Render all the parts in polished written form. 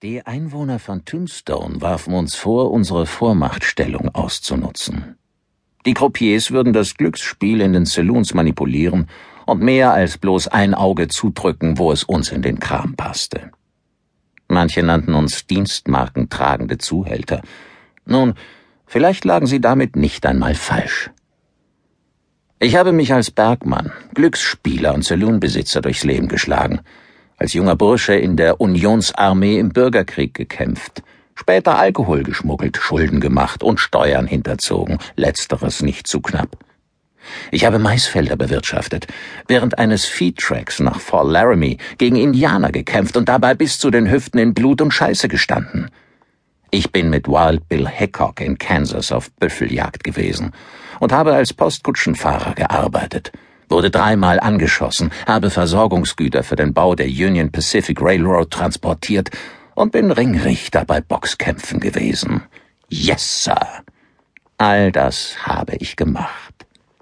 Die Einwohner von Tombstone warfen uns vor, unsere Vormachtstellung auszunutzen. Die Croupiers würden das Glücksspiel in den Saloons manipulieren und mehr als bloß ein Auge zudrücken, wo es uns in den Kram passte. Manche nannten uns dienstmarkentragende Zuhälter. Nun, vielleicht lagen sie damit nicht einmal falsch. Ich habe mich als Bergmann, Glücksspieler und Saloonbesitzer durchs Leben geschlagen, als junger Bursche in der Unionsarmee im Bürgerkrieg gekämpft, später Alkohol geschmuggelt, Schulden gemacht und Steuern hinterzogen, letzteres nicht zu knapp. Ich habe Maisfelder bewirtschaftet, während eines Feed-Tracks nach Fall Laramie gegen Indianer gekämpft und dabei bis zu den Hüften in Blut und Scheiße gestanden. Ich bin mit Wild Bill Hickok in Kansas auf Büffeljagd gewesen und habe als Postkutschenfahrer gearbeitet, wurde 3-mal angeschossen, habe Versorgungsgüter für den Bau der Union Pacific Railroad transportiert und bin Ringrichter bei Boxkämpfen gewesen. Yes, Sir. All das habe ich gemacht.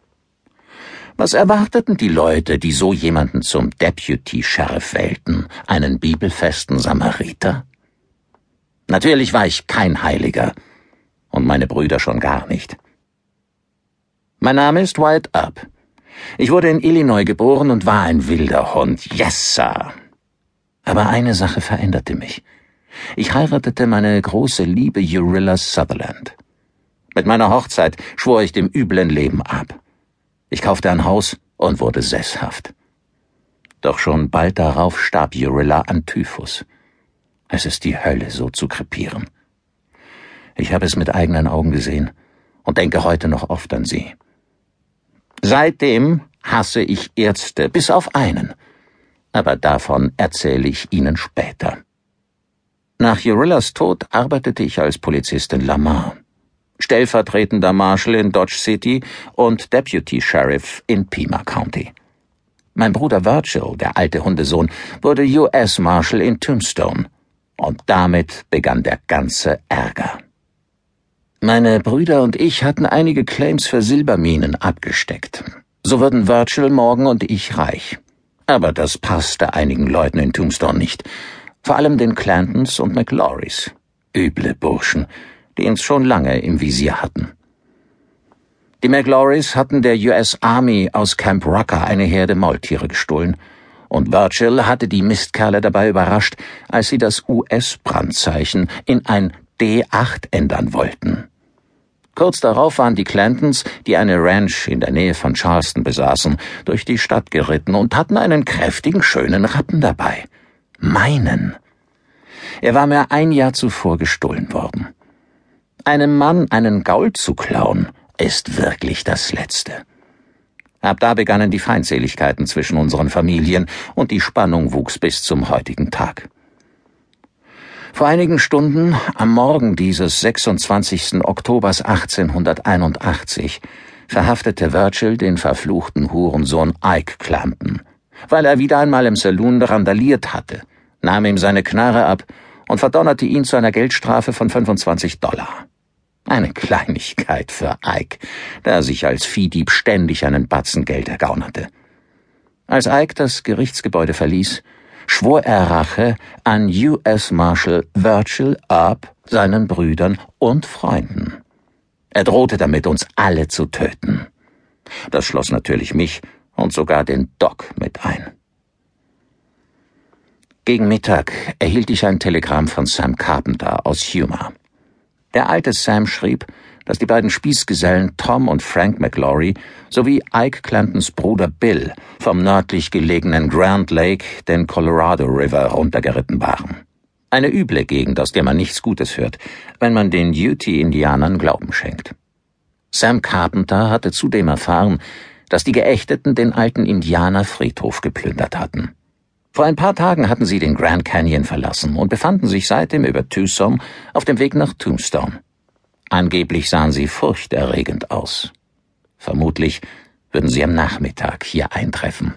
Was erwarteten die Leute, die so jemanden zum Deputy Sheriff wählten, einen bibelfesten Samariter? Natürlich war ich kein Heiliger und meine Brüder schon gar nicht. Mein Name ist Wyatt Earp. Ich wurde in Illinois geboren und war ein wilder Hund. Yes, Sir. Aber eine Sache veränderte mich. Ich heiratete meine große Liebe Urilla Sutherland. Mit meiner Hochzeit schwor ich dem üblen Leben ab. Ich kaufte ein Haus und wurde sesshaft. Doch schon bald darauf starb Urilla an Typhus. Es ist die Hölle, so zu krepieren. Ich habe es mit eigenen Augen gesehen und denke heute noch oft an sie. Seitdem hasse ich Ärzte, bis auf einen. Aber davon erzähle ich Ihnen später. Nach Urillas Tod arbeitete ich als Polizist in Lamar, stellvertretender Marshal in Dodge City und Deputy Sheriff in Pima County. Mein Bruder Virgil, der alte Hundesohn, wurde US Marshal in Tombstone. Und damit begann der ganze Ärger. Meine Brüder und ich hatten einige Claims für Silberminen abgesteckt. So würden Virgil, Morgan und ich reich. Aber das passte einigen Leuten in Tombstone nicht. Vor allem den Clantons und McLaurys. Üble Burschen, die uns schon lange im Visier hatten. Die McLaurys hatten der US Army aus Camp Rucker eine Herde Maultiere gestohlen. Und Virgil hatte die Mistkerle dabei überrascht, als sie das US-Brandzeichen in ein D8 ändern wollten. Kurz darauf waren die Clantons, die eine Ranch in der Nähe von Charleston besaßen, durch die Stadt geritten und hatten einen kräftigen, schönen Rappen dabei. Meinen. Er war mir 1 Jahr zuvor gestohlen worden. Einem Mann einen Gaul zu klauen, ist wirklich das Letzte. Ab da begannen die Feindseligkeiten zwischen unseren Familien und die Spannung wuchs bis zum heutigen Tag. Vor einigen Stunden, am Morgen dieses 26. Oktobers 1881, verhaftete Virgil den verfluchten Hurensohn Ike Clanton, weil er wieder einmal im Saloon randaliert hatte, nahm ihm seine Knarre ab und verdonnerte ihn zu einer Geldstrafe von $25. Eine Kleinigkeit für Ike, da er sich als Viehdieb ständig einen Batzen Geld ergaunerte. Als Ike das Gerichtsgebäude verließ, schwor er Rache an US Marshal Virgil Earp, seinen Brüdern und Freunden. Er drohte damit, uns alle zu töten. Das schloss natürlich mich und sogar den Doc mit ein. Gegen Mittag erhielt ich ein Telegramm von Sam Carpenter aus Yuma. Der alte Sam schrieb, dass die beiden Spießgesellen Tom und Frank McLaury sowie Ike Clantons Bruder Bill vom nördlich gelegenen Grand Lake den Colorado River runtergeritten waren. Eine üble Gegend, aus der man nichts Gutes hört, wenn man den Ute-Indianern Glauben schenkt. Sam Carpenter hatte zudem erfahren, dass die Geächteten den alten Indianerfriedhof geplündert hatten. Vor ein paar Tagen hatten sie den Grand Canyon verlassen und befanden sich seitdem über Tucson auf dem Weg nach Tombstone. Angeblich sahen sie furchterregend aus. Vermutlich würden sie am Nachmittag hier eintreffen.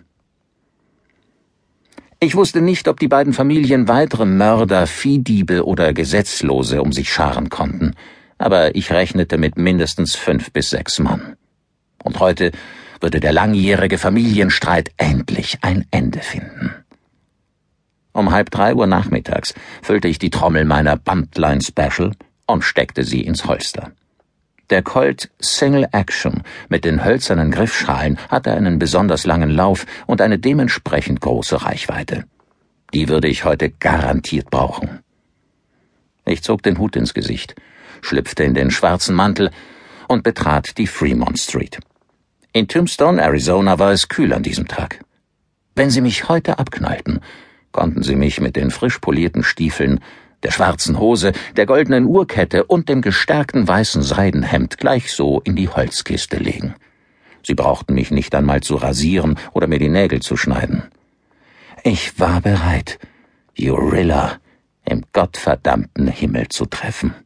Ich wusste nicht, ob die beiden Familien weitere Mörder, Viehdiebe oder Gesetzlose um sich scharen konnten, aber ich rechnete mit mindestens 5 bis 6 Mann. Und heute würde der langjährige Familienstreit endlich ein Ende finden. Um 2:30 nachmittags füllte ich die Trommel meiner Buntline Special und steckte sie ins Holster. Der Colt Single Action mit den hölzernen Griffschalen hatte einen besonders langen Lauf und eine dementsprechend große Reichweite. Die würde ich heute garantiert brauchen. Ich zog den Hut ins Gesicht, schlüpfte in den schwarzen Mantel und betrat die Fremont Street. In Tombstone, Arizona, war es kühl an diesem Tag. Wenn sie mich heute abknallten, konnten sie mich mit den frisch polierten Stiefeln, der schwarzen Hose, der goldenen Uhrkette und dem gestärkten weißen Seidenhemd gleich so in die Holzkiste legen. Sie brauchten mich nicht einmal zu rasieren oder mir die Nägel zu schneiden. Ich war bereit, Urilla im gottverdammten Himmel zu treffen.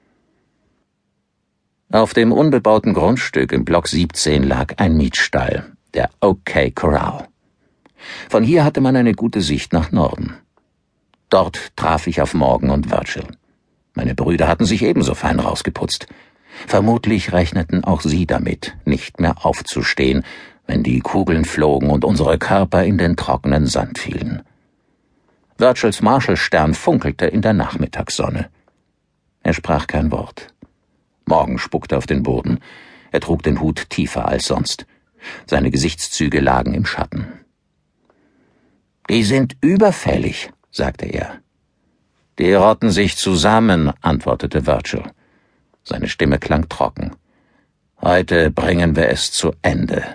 Auf dem unbebauten Grundstück im Block 17 lag ein Mietstall, der OK Corral. Von hier hatte man eine gute Sicht nach Norden. Dort traf ich auf Morgan und Virgil. Meine Brüder hatten sich ebenso fein rausgeputzt. Vermutlich rechneten auch sie damit, nicht mehr aufzustehen, wenn die Kugeln flogen und unsere Körper in den trockenen Sand fielen. Virgils Marshallstern funkelte in der Nachmittagssonne. Er sprach kein Wort. Morgan spuckte auf den Boden. Er trug den Hut tiefer als sonst. Seine Gesichtszüge lagen im Schatten. »Die sind überfällig«, sagte er. »Die rotten sich zusammen«, antwortete Virgil. Seine Stimme klang trocken. »Heute bringen wir es zu Ende.«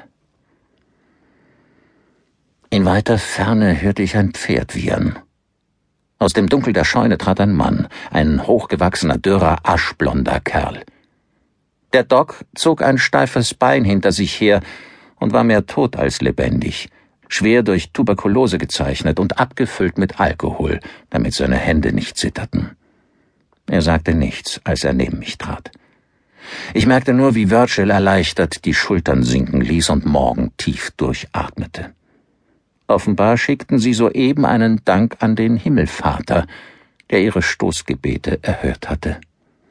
In weiter Ferne hörte ich ein Pferd wiehern. Aus dem Dunkel der Scheune trat ein Mann, ein hochgewachsener, dürrer, aschblonder Kerl. Der Doc zog ein steifes Bein hinter sich her und war mehr tot als lebendig, schwer durch Tuberkulose gezeichnet und abgefüllt mit Alkohol, damit seine Hände nicht zitterten. Er sagte nichts, als er neben mich trat. Ich merkte nur, wie Virgil erleichtert die Schultern sinken ließ und Morgan tief durchatmete. Offenbar schickten sie soeben einen Dank an den Himmelvater, der ihre Stoßgebete erhört hatte.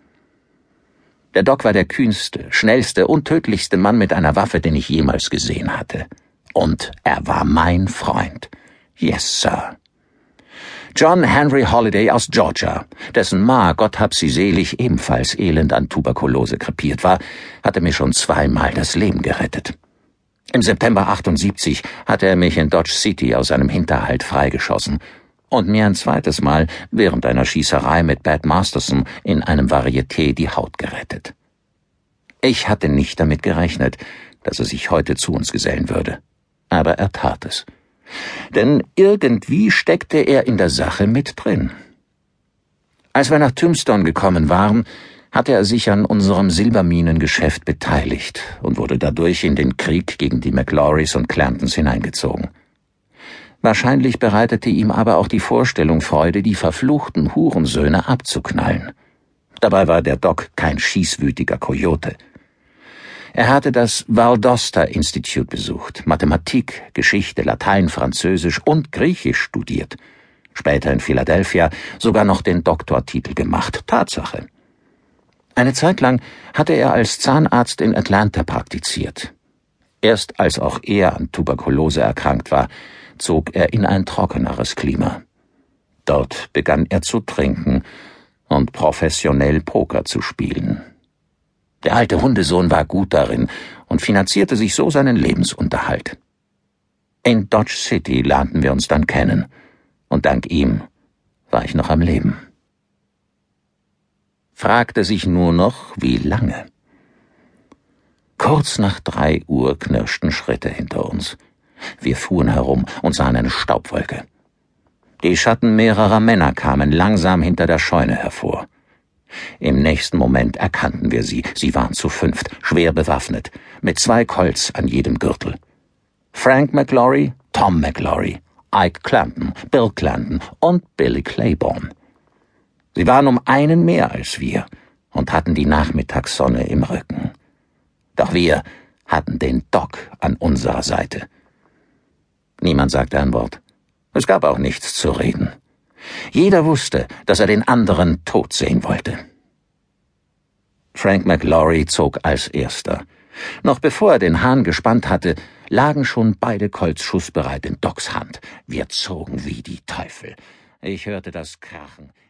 Der Doc war der kühnste, schnellste und tödlichste Mann mit einer Waffe, den ich jemals gesehen hatte. Und er war mein Freund. Yes, Sir. John Henry Holliday aus Georgia, dessen Ma, Gott hab sie selig, ebenfalls elend an Tuberkulose krepiert war, hatte mir schon 2-mal das Leben gerettet. Im September 78 hatte er mich in Dodge City aus einem Hinterhalt freigeschossen und mir ein zweites Mal während einer Schießerei mit Bat Masterson in einem Varieté die Haut gerettet. Ich hatte nicht damit gerechnet, dass er sich heute zu uns gesellen würde. Aber er tat es. Denn irgendwie steckte er in der Sache mit drin. Als wir nach Tombstone gekommen waren, hatte er sich an unserem Silberminengeschäft beteiligt und wurde dadurch in den Krieg gegen die McLaurys und Clantons hineingezogen. Wahrscheinlich bereitete ihm aber auch die Vorstellung Freude, die verfluchten Hurensöhne abzuknallen. Dabei war der Doc kein schießwütiger Kojote. Er hatte das Valdosta Institute besucht, Mathematik, Geschichte, Latein, Französisch und Griechisch studiert. Später in Philadelphia sogar noch den Doktortitel gemacht. Tatsache. Eine Zeit lang hatte er als Zahnarzt in Atlanta praktiziert. Erst als auch er an Tuberkulose erkrankt war, zog er in ein trockeneres Klima. Dort begann er zu trinken und professionell Poker zu spielen. Der alte Hundesohn war gut darin und finanzierte sich so seinen Lebensunterhalt. In Dodge City lernten wir uns dann kennen, und dank ihm war ich noch am Leben. Fragte sich nur noch, wie lange. Kurz nach 3 Uhr knirschten Schritte hinter uns. Wir fuhren herum und sahen eine Staubwolke. Die Schatten mehrerer Männer kamen langsam hinter der Scheune hervor. Im nächsten Moment erkannten wir sie. Sie waren zu 5, schwer bewaffnet, mit 2 Colts an jedem Gürtel. Frank McLaury, Tom McLaury, Ike Clanton, Bill Clanton und Billy Claiborne. Sie waren um einen mehr als wir und hatten die Nachmittagssonne im Rücken. Doch wir hatten den Doc an unserer Seite. Niemand sagte ein Wort. Es gab auch nichts zu reden. Jeder wusste, dass er den anderen tot sehen wollte. Frank McLaury zog als erster. Noch bevor er den Hahn gespannt hatte, lagen schon beide Colts schussbereit in Docs Hand. Wir zogen wie die Teufel. Ich hörte das Krachen.